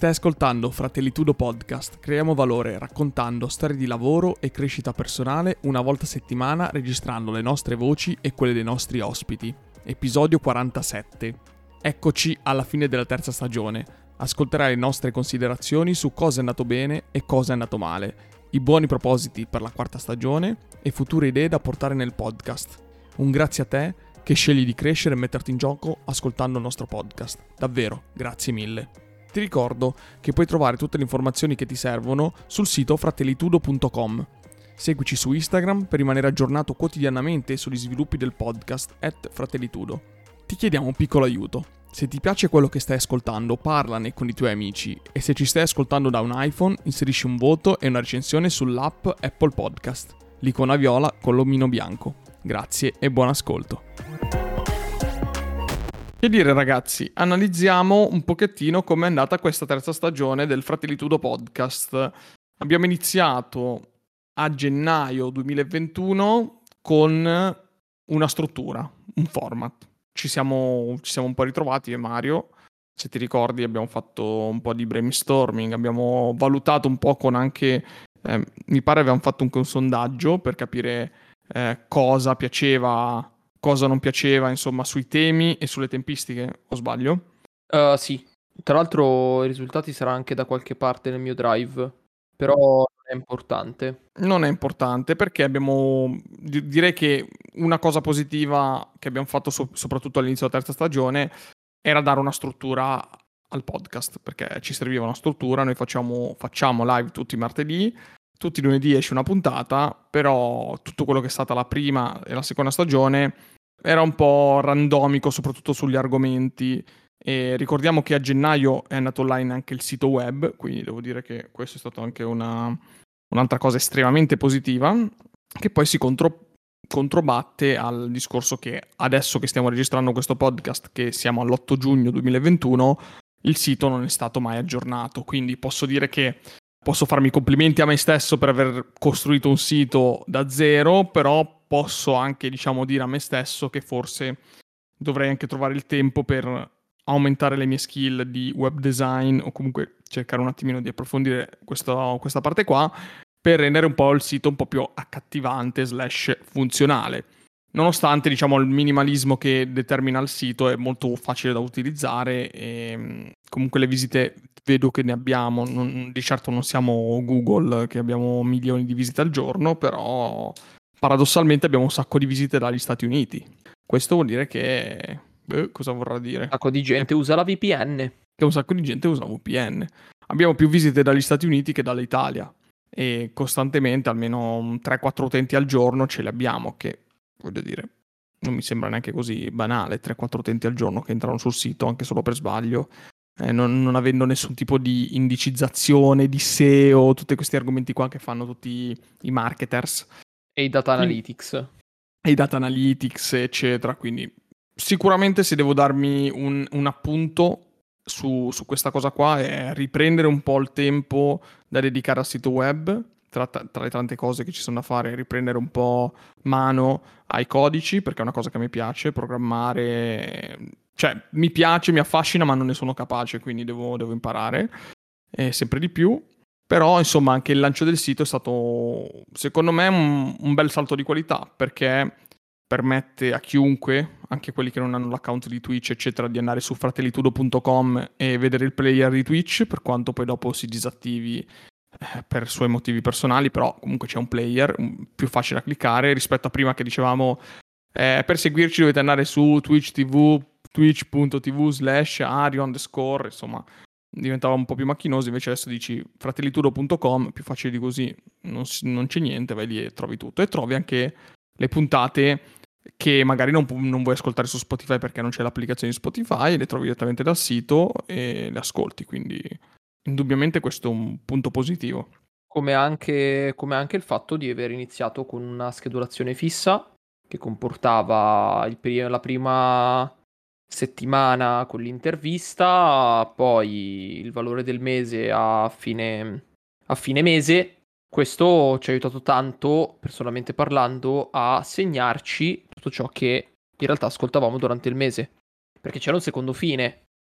Stai ascoltando Fratellitudo Podcast, creiamo valore raccontando storie di lavoro e crescita personale una volta a settimana registrando le nostre voci e quelle dei nostri ospiti. Episodio 47. Eccoci alla fine della terza stagione. Ascolterai le nostre considerazioni su cosa è andato bene e cosa è andato male, i buoni propositi per la quarta stagione e future idee da portare nel podcast. Un grazie a te che scegli di crescere e metterti in gioco ascoltando il nostro podcast. Davvero, grazie mille. Ti ricordo che puoi trovare tutte le informazioni che ti servono sul sito fratellitudo.com. Seguici su Instagram per rimanere aggiornato quotidianamente sugli sviluppi del podcast @fratellitudo. Ti chiediamo un piccolo aiuto. Se ti piace quello che stai ascoltando, parlane con i tuoi amici e se ci stai ascoltando da un iPhone, inserisci un voto e una recensione sull'app Apple Podcast. L'icona viola con l'omino bianco. Grazie e buon ascolto. Che dire ragazzi, analizziamo un pochettino com'è andata questa terza stagione del Fratellitudo Podcast. Abbiamo iniziato a gennaio 2021 con una struttura, un format. Ci siamo un po' ritrovati io e Mario, se ti ricordi abbiamo fatto un po' di brainstorming, abbiamo valutato un po' con anche, mi pare avevamo fatto anche un sondaggio per capire cosa piaceva, cosa non piaceva, insomma, sui temi e sulle tempistiche, o sbaglio? Sì, tra l'altro i risultati saranno anche da qualche parte nel mio drive, però non è importante. Non è importante perché abbiamo, direi che una cosa positiva che abbiamo fatto soprattutto all'inizio della terza stagione era dare una struttura al podcast, perché ci serviva una struttura, noi facciamo live tutti i martedì, tutti i lunedì esce una puntata, però tutto quello che è stata la prima e la seconda stagione era un po' randomico, soprattutto sugli argomenti. E ricordiamo che a gennaio è andato online anche il sito web, quindi devo dire che questo è stato anche un'altra cosa estremamente positiva, che poi si controbatte al discorso che adesso che stiamo registrando questo podcast, che siamo all'8 giugno 2021, il sito non è stato mai aggiornato, quindi posso dire che posso farmi complimenti a me stesso per aver costruito un sito da zero, però posso anche, diciamo, dire a me stesso che forse dovrei anche trovare il tempo per aumentare le mie skill di web design o comunque cercare un attimino di approfondire questa parte qua per rendere un po' il sito un po' più accattivante / funzionale. Nonostante, diciamo, il minimalismo che determina il sito è molto facile da utilizzare e comunque le visite vedo che ne abbiamo, di certo non siamo Google che abbiamo milioni di visite al giorno, però paradossalmente abbiamo un sacco di visite dagli Stati Uniti. Questo vuol dire che cosa vorrà dire? Un sacco di gente usa la VPN. Che un sacco di gente usa VPN. Abbiamo più visite dagli Stati Uniti che dall'Italia e costantemente almeno 3-4 utenti al giorno ce li abbiamo, che voglio dire non mi sembra neanche così banale, 3-4 utenti al giorno che entrano sul sito anche solo per sbaglio, non avendo nessun tipo di indicizzazione, di SEO, tutti questi argomenti qua che fanno tutti i marketers. E i data analytics. E i data analytics, eccetera. Quindi sicuramente se devo darmi un appunto su questa cosa qua è riprendere un po' il tempo da dedicare al sito web, tra le tante cose che ci sono da fare, riprendere un po' mano ai codici, perché è una cosa che mi piace, programmare, cioè mi piace, mi affascina, ma non ne sono capace, quindi devo imparare sempre di più. Però insomma anche il lancio del sito è stato secondo me un bel salto di qualità, perché permette a chiunque, anche quelli che non hanno l'account di Twitch eccetera, di andare su fratellitudo.com e vedere il player di Twitch, per quanto poi dopo si disattivi per suoi motivi personali, però comunque c'è un player più facile da cliccare rispetto a prima che dicevamo per seguirci dovete andare su twitch.tv/Ario_, insomma diventava un po' più macchinoso, invece adesso dici fratellitudo.com, più facile di così, non c'è niente, vai lì e trovi tutto e trovi anche le puntate che magari non vuoi ascoltare su Spotify perché non c'è l'applicazione di Spotify, le trovi direttamente dal sito e le ascolti, quindi indubbiamente questo è un punto positivo. Come anche il fatto di aver iniziato con una schedulazione fissa che comportava la prima settimana con l'intervista, poi il valore del mese a fine mese. Questo ci ha aiutato tanto, personalmente parlando, a segnarci tutto ciò che in realtà ascoltavamo durante il mese, perché c'era un secondo fine.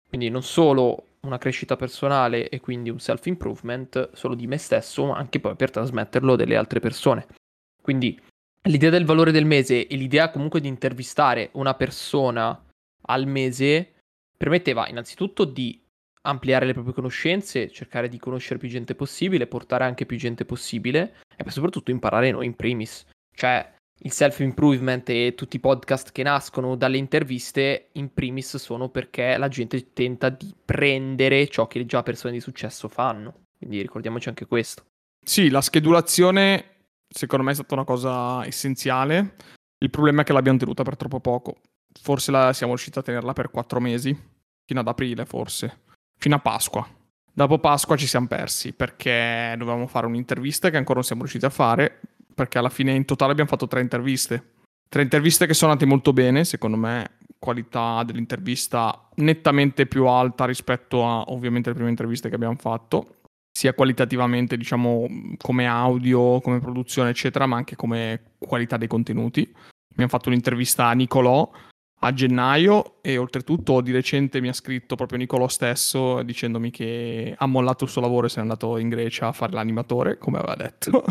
Quindi non solo una crescita personale e quindi un self-improvement solo di me stesso, ma anche poi per trasmetterlo delle altre persone. Quindi l'idea del valore del mese e l'idea comunque di intervistare una persona al mese permetteva innanzitutto di ampliare le proprie conoscenze, cercare di conoscere più gente possibile, portare anche più gente possibile e poi soprattutto imparare noi in primis. Cioè il self-improvement e tutti i podcast che nascono dalle interviste in primis sono perché la gente tenta di prendere ciò che già persone di successo fanno. Quindi ricordiamoci anche questo. Sì, la schedulazione secondo me è stata una cosa essenziale. Il problema è che l'abbiamo tenuta per troppo poco. Forse siamo riusciti a tenerla per 4 mesi, fino ad aprile forse, fino a Pasqua. Dopo Pasqua ci siamo persi perché dovevamo fare un'intervista che ancora non siamo riusciti a fare, perché alla fine in totale abbiamo fatto 3 interviste. 3 interviste che sono andate molto bene, secondo me, qualità dell'intervista nettamente più alta rispetto a ovviamente le prime interviste che abbiamo fatto, sia qualitativamente, diciamo, come audio, come produzione, eccetera, ma anche come qualità dei contenuti. Abbiamo fatto un'intervista a Nicolò a gennaio e oltretutto di recente mi ha scritto proprio Nicolò stesso dicendomi che ha mollato il suo lavoro e se n'è andato in Grecia a fare l'animatore, come aveva detto.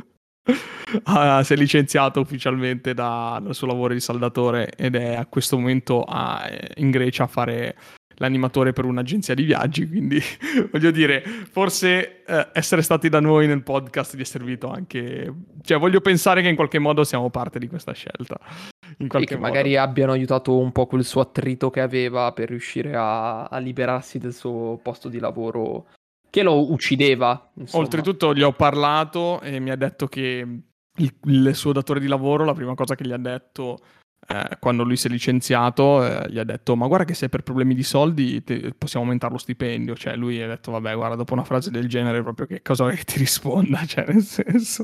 Si è licenziato ufficialmente dal suo lavoro di saldatore ed è a questo momento in Grecia a fare l'animatore per un'agenzia di viaggi, quindi voglio dire, forse essere stati da noi nel podcast gli è servito anche, cioè voglio pensare che in qualche modo siamo parte di questa scelta, in E qualche che modo. magari abbiano aiutato un po' quel suo attrito che aveva per riuscire a liberarsi del suo posto di lavoro che lo uccideva, insomma. Oltretutto gli ho parlato e mi ha detto che il suo datore di lavoro, la prima cosa che gli ha detto quando lui si è licenziato, gli ha detto ma guarda che se per problemi di soldi possiamo aumentare lo stipendio. Cioè lui ha detto vabbè guarda, dopo una frase del genere proprio che cosa vuoi che ti risponda? Cioè nel senso...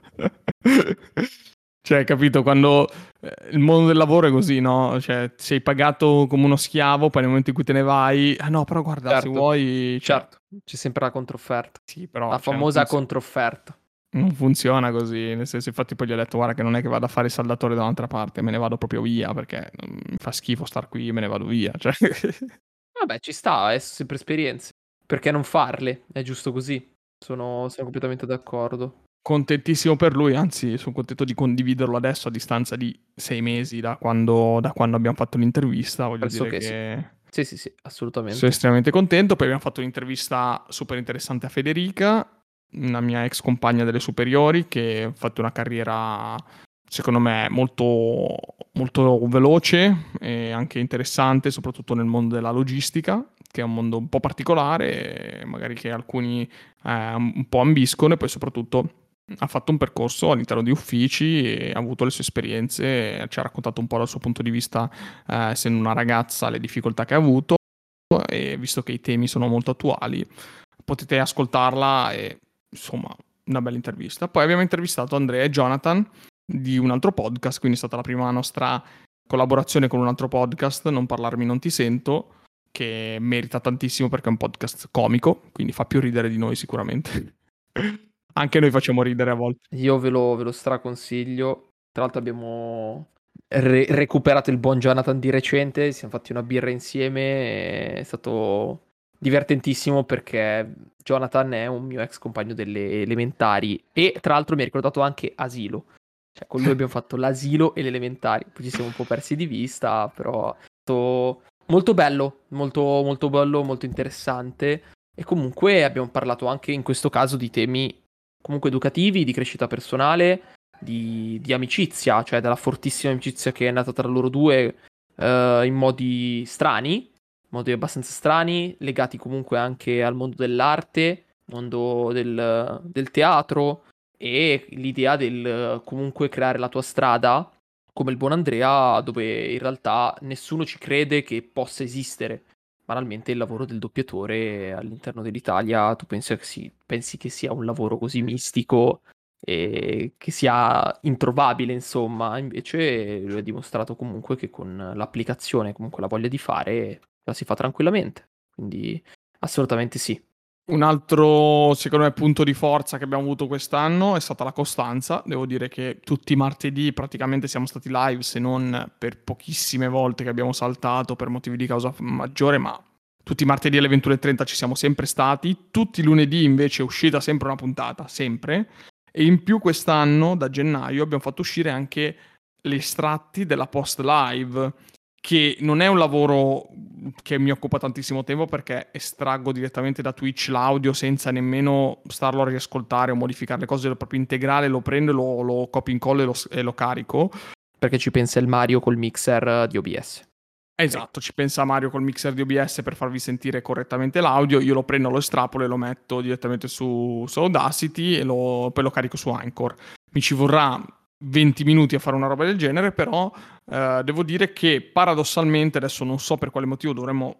Cioè, capito, quando il mondo del lavoro è così, no? Cioè, sei pagato come uno schiavo, poi nel momento in cui te ne vai, ah no, però guarda, se Certo, vuoi, cioè, certo, c'è sempre la controfferta, sì, però la cioè, famosa controfferta. non funziona così. Nel senso, infatti, poi gli ho detto, guarda, che non è che vado a fare il saldatore da un'altra parte, me ne vado proprio via perché mi fa schifo star qui, me ne vado via. Cioè, Vabbè, ci sta, è sempre esperienze. Perché non farle? È giusto così. Sono completamente d'accordo. contentissimo per lui, anzi, sono contento di condividerlo adesso a distanza di 6 mesi da quando abbiamo fatto l'intervista. Voglio dire Pressoché sì. che Sì, sì, sì, sono assolutamente. estremamente contento. Poi abbiamo fatto un'intervista super interessante a Federica, una mia ex compagna delle superiori, che ha fatto una carriera, secondo me, molto, molto veloce e anche interessante, soprattutto nel mondo della logistica, che è un mondo un po' particolare, magari che alcuni un po' ambiscono, e poi soprattutto ha fatto un percorso all'interno di uffici e ha avuto le sue esperienze, ci ha raccontato un po' dal suo punto di vista, essendo una ragazza, le difficoltà che ha avuto, e visto che i temi sono molto attuali, potete ascoltarla e insomma, una bella intervista. Poi abbiamo intervistato Andrea e Jonathan di un altro podcast, quindi è stata la prima nostra collaborazione con un altro podcast, Non parlarmi non ti sento, che merita tantissimo perché è un podcast comico, quindi fa più ridere di noi sicuramente. Anche noi facciamo ridere a volte. Io ve lo straconsiglio. Tra l'altro abbiamo recuperato il buon Jonathan di recente, ci siamo fatti una birra insieme, è stato divertentissimo perché Jonathan è un mio ex compagno delle elementari e tra l'altro mi ha ricordato anche Asilo. Cioè con lui abbiamo fatto l'asilo e le elementari, poi ci siamo un po' persi di vista, però è stato molto bello, molto, molto bello, molto interessante e comunque abbiamo parlato anche in questo caso di temi comunque educativi, di crescita personale, di amicizia, cioè della fortissima amicizia che è nata tra loro due in modi abbastanza strani, legati comunque anche al mondo dell'arte, mondo del teatro e l'idea del comunque creare la tua strada, come il buon Andrea, dove in realtà nessuno ci crede che possa esistere. Banalmente il lavoro del doppiatore all'interno dell'Italia, tu pensi che sia un lavoro così mistico e che sia introvabile, insomma, invece lui ha dimostrato comunque che con l'applicazione, comunque la voglia di fare, la si fa tranquillamente. Quindi assolutamente sì. Un altro, secondo me, punto di forza che abbiamo avuto quest'anno è stata la costanza. Devo dire che tutti i martedì praticamente siamo stati live, se non per pochissime volte che abbiamo saltato per motivi di causa maggiore, ma tutti i martedì alle 21:30 ci siamo sempre stati, tutti i lunedì invece è uscita sempre una puntata, sempre, e in più quest'anno, da gennaio, abbiamo fatto uscire anche gli estratti della post live, che non è un lavoro che mi occupa tantissimo tempo perché estraggo direttamente da Twitch l'audio senza nemmeno starlo a riascoltare o modificare le cose, proprio integrale, lo prendo, lo copio e incollo e lo carico. Perché ci pensa il Mario col mixer di OBS. Esatto, ci pensa Mario col mixer di OBS per farvi sentire correttamente l'audio, io lo prendo, lo estrapolo e lo metto direttamente su Audacity e poi lo carico su Anchor. Mi ci vorrà 20 minuti a fare una roba del genere, però devo dire che paradossalmente, adesso non so per quale motivo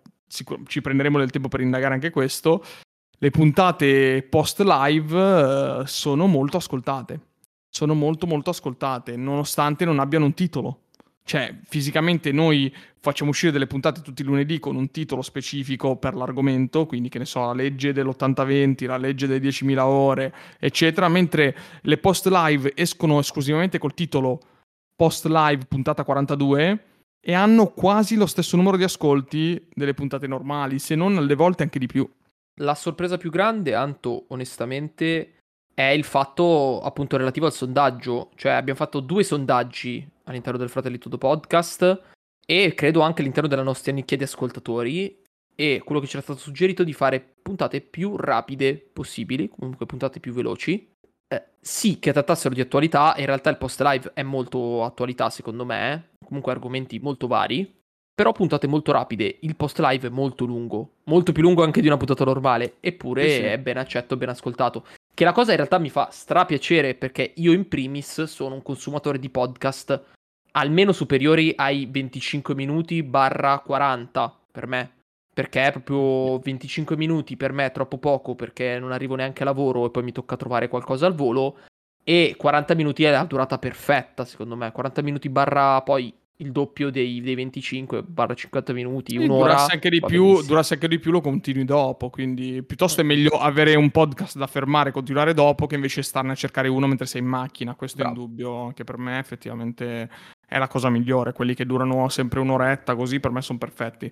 ci prenderemo del tempo per indagare anche questo, le puntate post live sono molto ascoltate. Sono molto molto ascoltate, nonostante non abbiano un titolo. Cioè, fisicamente noi facciamo uscire delle puntate tutti i lunedì con un titolo specifico per l'argomento, quindi che ne so, la legge dell'80-20, la legge delle 10.000 ore, eccetera, mentre le post live escono esclusivamente col titolo post live puntata 42 e hanno quasi lo stesso numero di ascolti delle puntate normali, se non alle volte anche di più. La sorpresa più grande, Anto, onestamente, è il fatto appunto relativo al sondaggio. Cioè abbiamo fatto 2 sondaggi all'interno del Fratelli Tutto Podcast e credo anche all'interno della nostra nicchia di ascoltatori, e quello che ci era stato suggerito è di fare puntate più rapide possibili, comunque puntate più veloci. Sì, che trattassero di attualità, in realtà il post live è molto attualità secondo me, comunque argomenti molto vari, però puntate molto rapide. Il post live è molto lungo, molto più lungo anche di una puntata normale, eppure Sì. è ben accetto, ben ascoltato. Che la cosa in realtà mi fa strapiacere, perché io in primis sono un consumatore di podcast almeno superiori ai 25 minuti barra 40 per me. Perché è proprio 25 minuti per me è troppo poco, perché non arrivo neanche a lavoro e poi mi tocca trovare qualcosa al volo. E 40 minuti è la durata perfetta, secondo me. 40 minuti barra poi il doppio dei 25 barra 50 minuti, Sì, un'ora, va benissimo. durasse anche di più lo continui dopo, quindi piuttosto è meglio avere un podcast da fermare e continuare dopo che invece starne a cercare uno mentre sei in macchina, questo è Bravo. indubbio, anche per me effettivamente è la cosa migliore, quelli che durano sempre un'oretta così per me sono perfetti.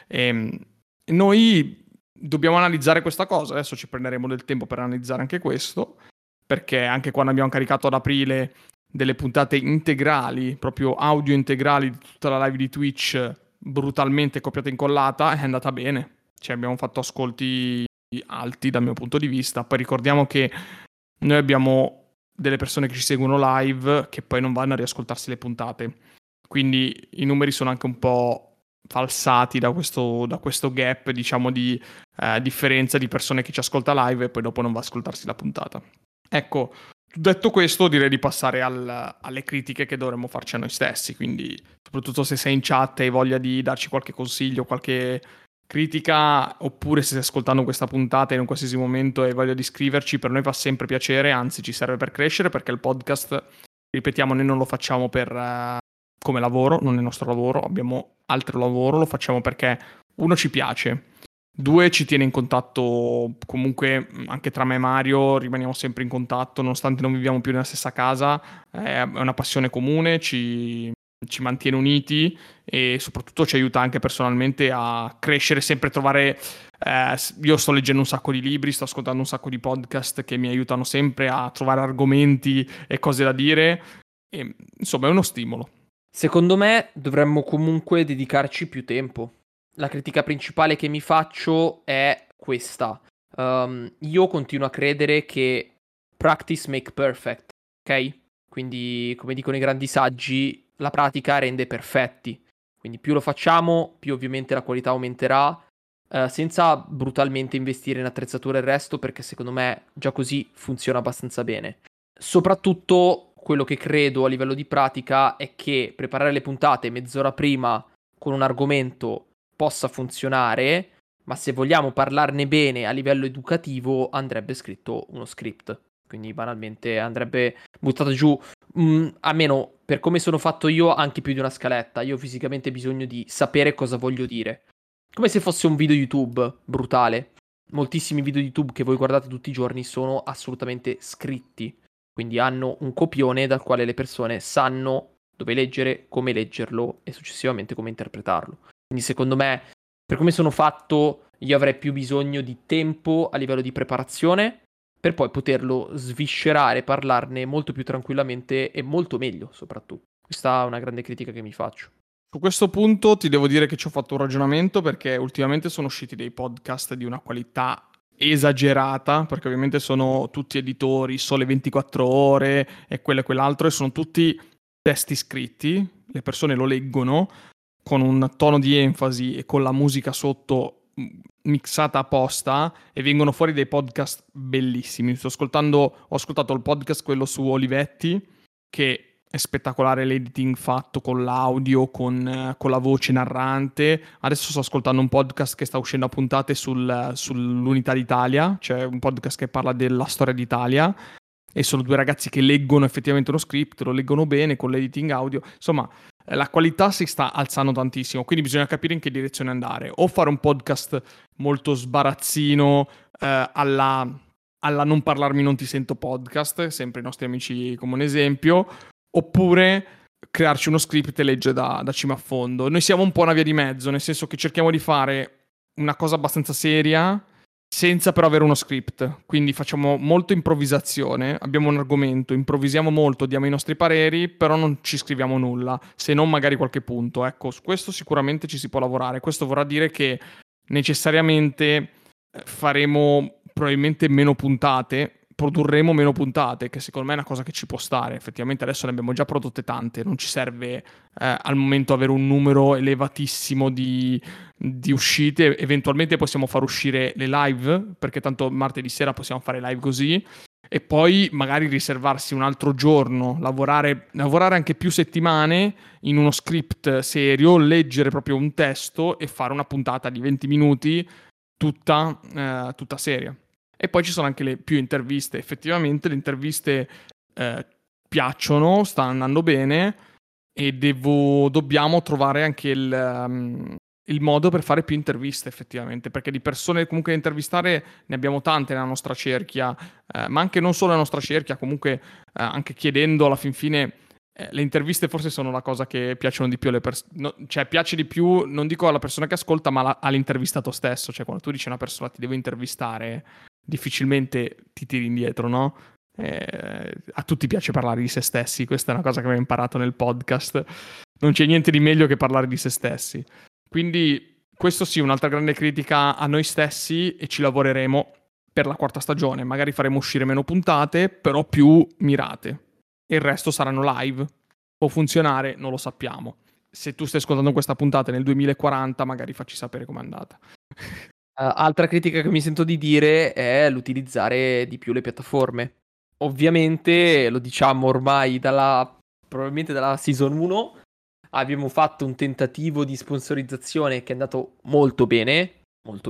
Noi dobbiamo analizzare questa cosa, adesso ci prenderemo del tempo per analizzare anche questo, perché anche quando abbiamo caricato ad aprile delle puntate integrali, proprio audio integrali di tutta la live di Twitch brutalmente copiata e incollata, è andata bene. Cioè abbiamo fatto ascolti alti dal mio punto di vista. Poi ricordiamo che noi abbiamo delle persone che ci seguono live che poi non vanno a riascoltarsi le puntate. Quindi i numeri sono anche un po' falsati da questo gap, diciamo, di differenza di persone che ci ascolta live e poi dopo non va a ascoltarsi la puntata. Ecco, detto questo, direi di passare alle critiche che dovremmo farci a noi stessi, quindi soprattutto se sei in chat e hai voglia di darci qualche consiglio, qualche critica, oppure se stai ascoltando questa puntata in un qualsiasi momento e hai voglia di scriverci, per noi fa sempre piacere, anzi ci serve per crescere, perché il podcast, ripetiamo, noi non lo facciamo come lavoro, non è il nostro lavoro, abbiamo altro lavoro, lo facciamo perché uno ci piace. 2 ci tiene in contatto, comunque anche tra me e Mario rimaniamo sempre in contatto, nonostante non viviamo più nella stessa casa, è una passione comune, ci mantiene uniti e soprattutto ci aiuta anche personalmente a crescere, sempre trovare... io sto leggendo un sacco di libri, sto ascoltando un sacco di podcast che mi aiutano sempre a trovare argomenti e cose da dire, e, insomma è uno stimolo. Secondo me dovremmo comunque dedicarci più tempo. La critica principale che mi faccio è questa. Io continuo a credere che practice make perfect, ok? Quindi, come dicono i grandi saggi, la pratica rende perfetti. Quindi più lo facciamo, più ovviamente la qualità aumenterà, senza brutalmente investire in attrezzature e il resto, perché secondo me già così funziona abbastanza bene. Soprattutto quello che credo a livello di pratica è che preparare le puntate mezz'ora prima con un argomento possa funzionare, ma se vogliamo parlarne bene a livello educativo andrebbe scritto uno script. Quindi banalmente andrebbe buttato giù, almeno per come sono fatto io, anche più di una scaletta. Io ho fisicamente bisogno di sapere cosa voglio dire. Come se fosse un video YouTube brutale. Moltissimi video YouTube che voi guardate tutti i giorni sono assolutamente scritti. Quindi hanno un copione dal quale le persone sanno dove leggere, come leggerlo e successivamente come interpretarlo. Quindi secondo me per come sono fatto, io avrei più bisogno di tempo a livello di preparazione per poi poterlo sviscerare, parlarne molto più tranquillamente e molto meglio, soprattutto. Questa è una grande critica che mi faccio. Su questo punto ti devo dire che ci ho fatto un ragionamento, perché ultimamente sono usciti dei podcast di una qualità esagerata, perché ovviamente sono tutti editori, Sole 24 Ore e quello e quell'altro, e sono tutti testi scritti, le persone lo leggono con un tono di enfasi e con la musica sotto mixata apposta, e vengono fuori dei podcast bellissimi. Ho ascoltato il podcast quello su Olivetti, che è spettacolare l'editing fatto con l'audio, con la voce narrante. Adesso sto ascoltando un podcast che sta uscendo a puntate sull'Unità d'Italia, cioè un podcast che parla della storia d'Italia, e sono due ragazzi che leggono effettivamente uno script, lo leggono bene con l'editing audio. Insomma, la qualità si sta alzando tantissimo, quindi bisogna capire in che direzione andare. O fare un podcast molto sbarazzino, alla non parlarmi non ti sento podcast, sempre i nostri amici come un esempio, oppure crearci uno script e legge da cima a fondo. Noi siamo un po' una via di mezzo, nel senso che cerchiamo di fare una cosa abbastanza seria senza però avere uno script, quindi facciamo molto improvvisazione, abbiamo un argomento, improvvisiamo molto, diamo i nostri pareri, però non ci scriviamo nulla, se non magari qualche punto. Ecco, su questo sicuramente ci si può lavorare. Questo vorrà dire che necessariamente faremo probabilmente meno puntate, produrremo meno puntate, che secondo me è una cosa che ci può stare. Effettivamente adesso ne abbiamo già prodotte tante, non ci serve al momento avere un numero elevatissimo di uscite. Eventualmente possiamo far uscire le live, perché tanto martedì sera possiamo fare live così, e poi magari riservarsi un altro giorno, lavorare anche più settimane in uno script serio, leggere proprio un testo e fare una puntata di 20 minuti tutta seria. E poi ci sono anche le più interviste. Effettivamente le interviste piacciono, stanno andando bene, e dobbiamo trovare anche il modo per fare più interviste, effettivamente, perché di persone comunque da intervistare ne abbiamo tante nella nostra cerchia, ma anche non solo nella nostra cerchia, comunque anche chiedendo alla fin fine. Le interviste forse sono la cosa che piacciono di più alle persone, cioè piace di più, non dico alla persona che ascolta, ma all'intervistato stesso. Cioè quando tu dici a una persona ti devo intervistare, difficilmente ti tiri indietro, no? A tutti piace parlare di se stessi, questa è una cosa che abbiamo imparato nel podcast. Non c'è niente di meglio che parlare di se stessi. Quindi questo sì, un'altra grande critica a noi stessi, e ci lavoreremo per la quarta stagione. Magari faremo uscire meno puntate, però più mirate. E il resto saranno live. Può funzionare? Non lo sappiamo. Se tu stai ascoltando questa puntata nel 2040, magari facci sapere com'è andata. Altra critica che mi sento di dire è l'utilizzare di più le piattaforme. Ovviamente, lo diciamo ormai probabilmente dalla season 1, abbiamo fatto un tentativo di sponsorizzazione che è andato molto bene,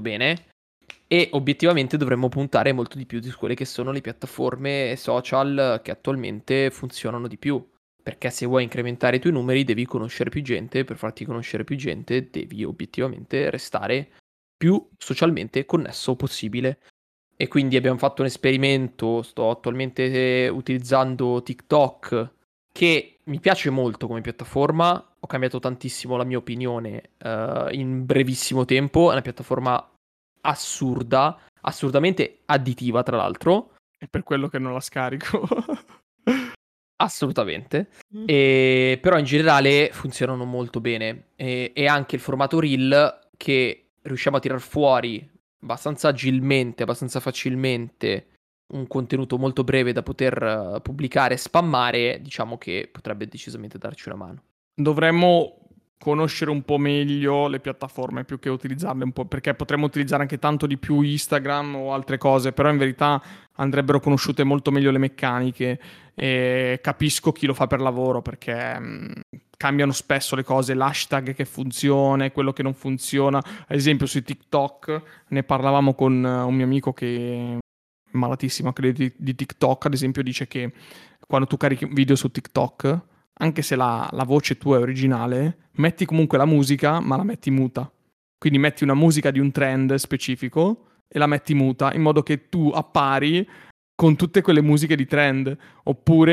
e obiettivamente dovremmo puntare molto di più su quelle che sono le piattaforme social che attualmente funzionano di più. Perché se vuoi incrementare i tuoi numeri devi conoscere più gente, per farti conoscere più gente devi obiettivamente restare più socialmente connesso possibile. E quindi abbiamo fatto un esperimento, sto attualmente utilizzando TikTok, che mi piace molto come piattaforma, ho cambiato tantissimo la mia opinione in brevissimo tempo, è una piattaforma assurda, assurdamente additiva tra l'altro. È per quello che non la scarico. Assolutamente. Però in generale funzionano molto bene. E anche il formato reel, che riusciamo a tirar fuori abbastanza agilmente, abbastanza facilmente, un contenuto molto breve da poter pubblicare e spammare, diciamo che potrebbe decisamente darci una mano. Dovremmo conoscere un po' meglio le piattaforme più che utilizzarle un po', perché potremmo utilizzare anche tanto di più Instagram o altre cose, però in verità andrebbero conosciute molto meglio le meccaniche, e capisco chi lo fa per lavoro, perché cambiano spesso le cose, l'hashtag che funziona e quello che non funziona. Ad esempio su TikTok ne parlavamo con un mio amico che è malatissimo credo di TikTok, ad esempio dice che quando tu carichi un video su TikTok, anche se la voce tua è originale, metti comunque la musica, ma la metti muta. Quindi metti una musica di un trend specifico e la metti muta, in modo che tu appari con tutte quelle musiche di trend. Oppure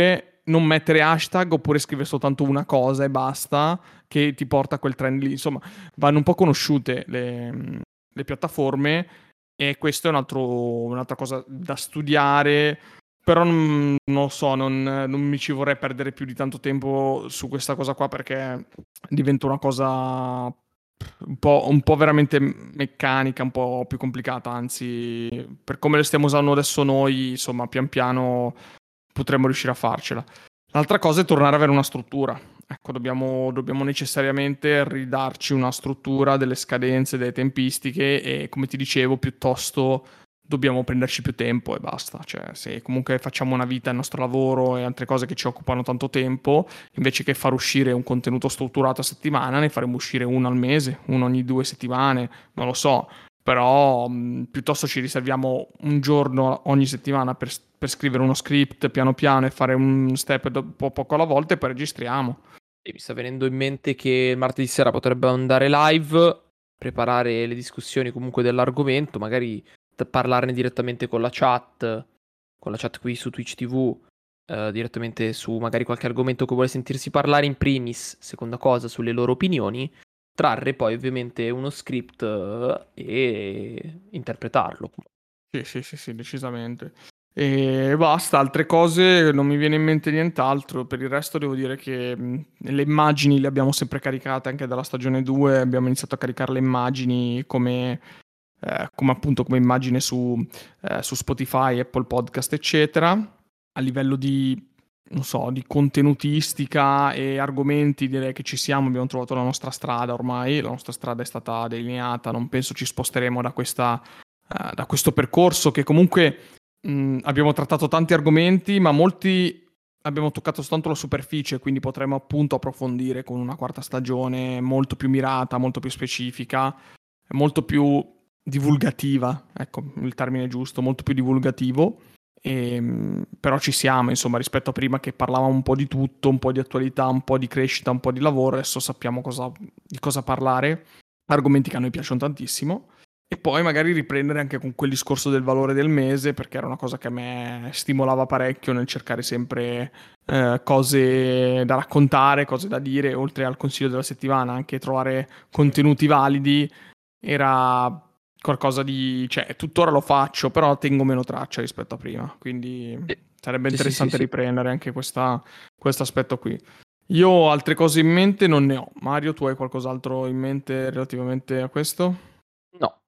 non mettere hashtag oppure scrivere soltanto una cosa e basta, che ti porta a quel trend lì. Insomma, vanno un po' conosciute le piattaforme e questo è un'altra cosa da studiare, però non lo so, non mi ci vorrei perdere più di tanto tempo su questa cosa qua perché diventa una cosa un po' veramente meccanica, un po' più complicata, anzi, per come le stiamo usando adesso noi, insomma, pian piano potremmo riuscire a farcela. L'altra cosa è tornare ad avere una struttura. Ecco, dobbiamo necessariamente ridarci una struttura, delle scadenze, delle tempistiche e, come ti dicevo, piuttosto dobbiamo prenderci più tempo e basta. Cioè, se comunque facciamo una vita, il nostro lavoro e altre cose che ci occupano tanto tempo, invece che far uscire un contenuto strutturato a settimana, ne faremo uscire uno al mese, uno ogni 2 settimane, non lo so. Però piuttosto ci riserviamo un giorno ogni settimana per scrivere uno script piano piano e fare un step poco alla volta e poi registriamo. E mi sta venendo in mente che martedì sera potrebbe andare live, preparare le discussioni comunque dell'argomento, magari parlarne direttamente con la chat qui su Twitch TV, direttamente su magari qualche argomento che vuole sentirsi parlare in primis, seconda cosa, sulle loro opinioni, trarre poi ovviamente uno script e interpretarlo. Sì, decisamente. E basta, altre cose non mi viene in mente nient'altro. Per il resto devo dire che le immagini le abbiamo sempre caricate anche dalla stagione 2, abbiamo iniziato a caricare le immagini come appunto come immagine su Spotify, Apple Podcast, eccetera. A livello di, non so, di contenutistica e argomenti direi che ci siamo, abbiamo trovato la nostra strada ormai, la nostra strada è stata delineata, non penso ci sposteremo da questo percorso che comunque abbiamo trattato tanti argomenti, ma molti abbiamo toccato soltanto la superficie, quindi potremo appunto approfondire con una quarta stagione molto più mirata, molto più specifica, molto più divulgativa, ecco il termine giusto, molto più divulgativo. Però ci siamo, insomma, rispetto a prima che parlavamo un po' di tutto, un po' di attualità, un po' di crescita, un po' di lavoro, adesso sappiamo di cosa parlare, argomenti che a noi piacciono tantissimo. E poi magari riprendere anche con quel discorso del valore del mese, perché era una cosa che a me stimolava parecchio nel cercare sempre cose da raccontare, cose da dire, oltre al consiglio della settimana, anche trovare contenuti validi era qualcosa di... cioè tuttora lo faccio, però tengo meno traccia rispetto a prima, quindi sarebbe interessante Sì. riprendere anche questo aspetto qui. Io altre cose in mente non ne ho. Mario, tu hai qualcos'altro in mente relativamente a questo? No.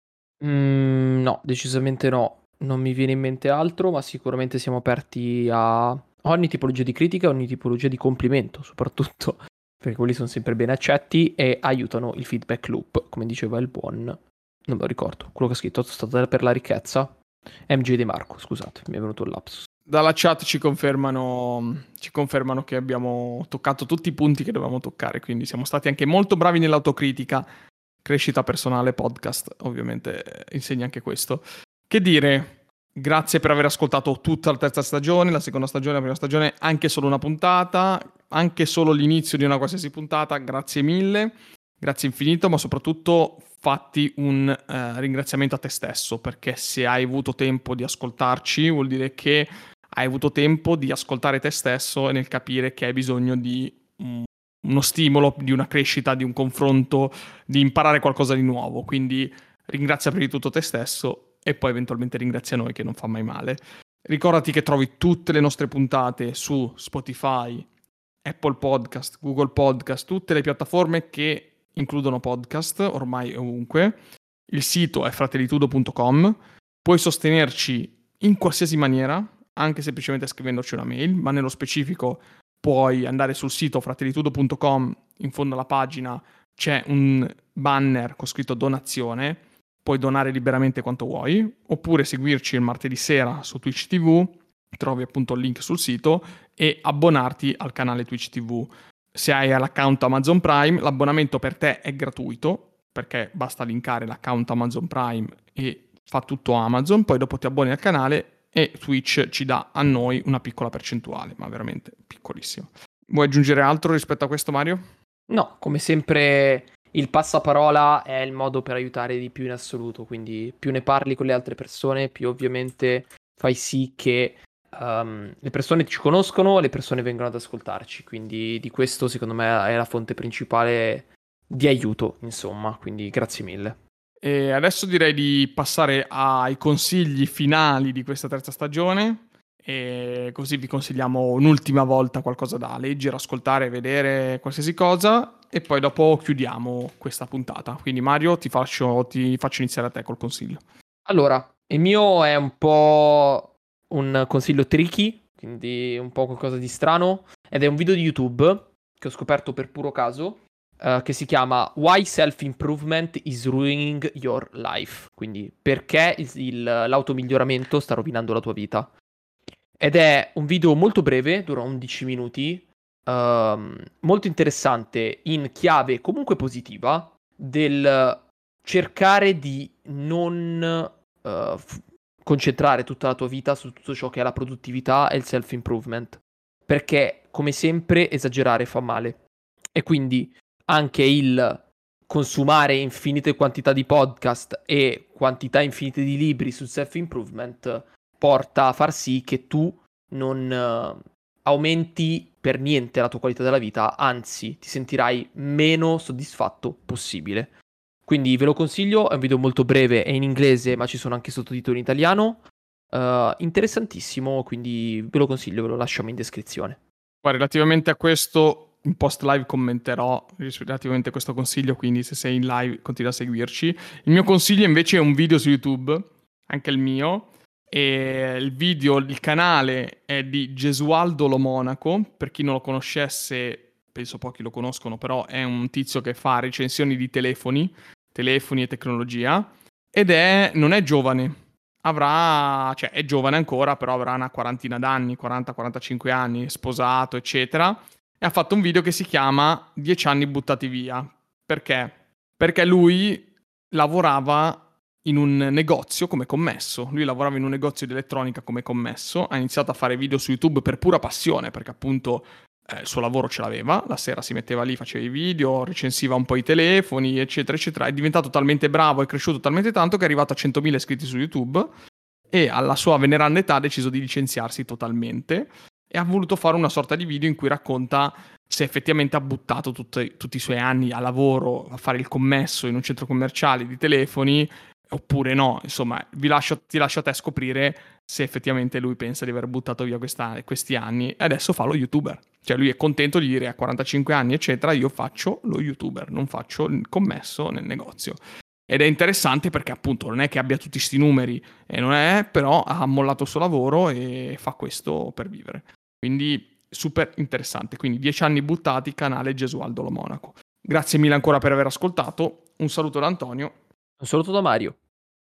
No, decisamente no. Non mi viene in mente altro, ma sicuramente siamo aperti a ogni tipologia di critica, ogni tipologia di complimento, soprattutto, perché quelli sono sempre ben accetti e aiutano il feedback loop, come diceva il buon, non me lo ricordo, quello che ha scritto Stato per la ricchezza, MJ De Marco, scusate, mi è venuto il lapsus. Dalla chat ci confermano che abbiamo toccato tutti i punti che dovevamo toccare, quindi siamo stati anche molto bravi nell'autocritica. Crescita personale podcast, ovviamente, insegna anche questo. Che dire, grazie per aver ascoltato tutta la terza stagione, la seconda stagione, la prima stagione, anche solo una puntata, anche solo l'inizio di una qualsiasi puntata, grazie mille, grazie infinito, ma soprattutto fatti un ringraziamento a te stesso, perché se hai avuto tempo di ascoltarci vuol dire che hai avuto tempo di ascoltare te stesso e nel capire che hai bisogno di uno stimolo, di una crescita, di un confronto, di imparare qualcosa di nuovo. Quindi ringrazia prima di tutto te stesso e poi eventualmente ringrazia noi, che non fa mai male. Ricordati che trovi tutte le nostre puntate su Spotify, Apple Podcast, Google Podcast, tutte le piattaforme che includono podcast, ormai ovunque. Il sito è fratellitudo.com. Puoi sostenerci in qualsiasi maniera, anche semplicemente scrivendoci una mail, ma nello specifico puoi andare sul sito fratellitudo.com, in fondo alla pagina c'è un banner con scritto donazione, puoi donare liberamente quanto vuoi, oppure seguirci il martedì sera su Twitch TV, trovi appunto il link sul sito, e abbonarti al canale Twitch TV. Se hai l'account Amazon Prime, l'abbonamento per te è gratuito, perché basta linkare l'account Amazon Prime e fa tutto Amazon, poi dopo ti abboni al canale e Twitch ci dà a noi una piccola percentuale, ma veramente piccolissima. Vuoi aggiungere altro rispetto a questo, Mario? No, come sempre il passaparola è il modo per aiutare di più in assoluto, quindi più ne parli con le altre persone, più ovviamente fai sì che le persone ci conoscono, le persone vengono ad ascoltarci, quindi di questo secondo me è la fonte principale di aiuto, insomma, quindi grazie mille. E adesso direi di passare ai consigli finali di questa terza stagione e così vi consigliamo un'ultima volta qualcosa da leggere, ascoltare, vedere, qualsiasi cosa e poi dopo chiudiamo questa puntata. Quindi Mario ti faccio iniziare a te col consiglio. Allora, il mio è un po' un consiglio tricky, quindi un po' qualcosa di strano, ed è un video di YouTube che ho scoperto per puro caso, che si chiama Why Self-Improvement is Ruining Your Life, quindi perché l'automiglioramento sta rovinando la tua vita. Ed è un video molto breve, dura 11 minuti, molto interessante in chiave comunque positiva del cercare di non concentrare tutta la tua vita su tutto ciò che è la produttività e il self-improvement. Perché, come sempre, esagerare fa male. E quindi anche il consumare infinite quantità di podcast e quantità infinite di libri sul self-improvement porta a far sì che tu non aumenti per niente la tua qualità della vita, anzi ti sentirai meno soddisfatto possibile. Quindi ve lo consiglio, è un video molto breve, è in inglese ma ci sono anche sottotitoli in italiano. Interessantissimo, quindi ve lo consiglio, ve lo lasciamo in descrizione. Poi, relativamente a questo, in post live commenterò relativamente a questo consiglio, quindi se sei in live continua a seguirci. Il mio consiglio invece è un video su YouTube, anche il mio, e il canale è di Gesualdo Lo Monaco, per chi non lo conoscesse, penso pochi lo conoscono, però è un tizio che fa recensioni di telefoni e tecnologia, non è giovane. Cioè è giovane ancora, però avrà una quarantina d'anni, 40-45 anni, sposato, eccetera. E ha fatto un video che si chiama 10 anni buttati via. Perché? Perché lui lavorava in un negozio come commesso. Lui lavorava in un negozio di elettronica come commesso. Ha iniziato a fare video su YouTube per pura passione, perché appunto il suo lavoro ce l'aveva. La sera si metteva lì, faceva i video, recensiva un po' i telefoni, eccetera, eccetera. È diventato talmente bravo, è cresciuto talmente tanto che è arrivato a 100.000 iscritti su YouTube e alla sua veneranda età ha deciso di licenziarsi totalmente e ha voluto fare una sorta di video in cui racconta se effettivamente ha buttato tutti i suoi anni a lavoro a fare il commesso in un centro commerciale di telefoni oppure no. Insomma, ti lascio a te scoprire se effettivamente lui pensa di aver buttato via questi anni e adesso fa lo YouTuber. Cioè lui è contento di dire a 45 anni, eccetera, io faccio lo YouTuber, non faccio il commesso nel negozio. Ed è interessante perché appunto non è che abbia tutti questi numeri, però ha mollato il suo lavoro e fa questo per vivere. Quindi super interessante. Quindi 10 anni buttati, canale Gesualdo Lo Monaco. Grazie mille ancora per aver ascoltato. Un saluto da Antonio. Un saluto da Mario.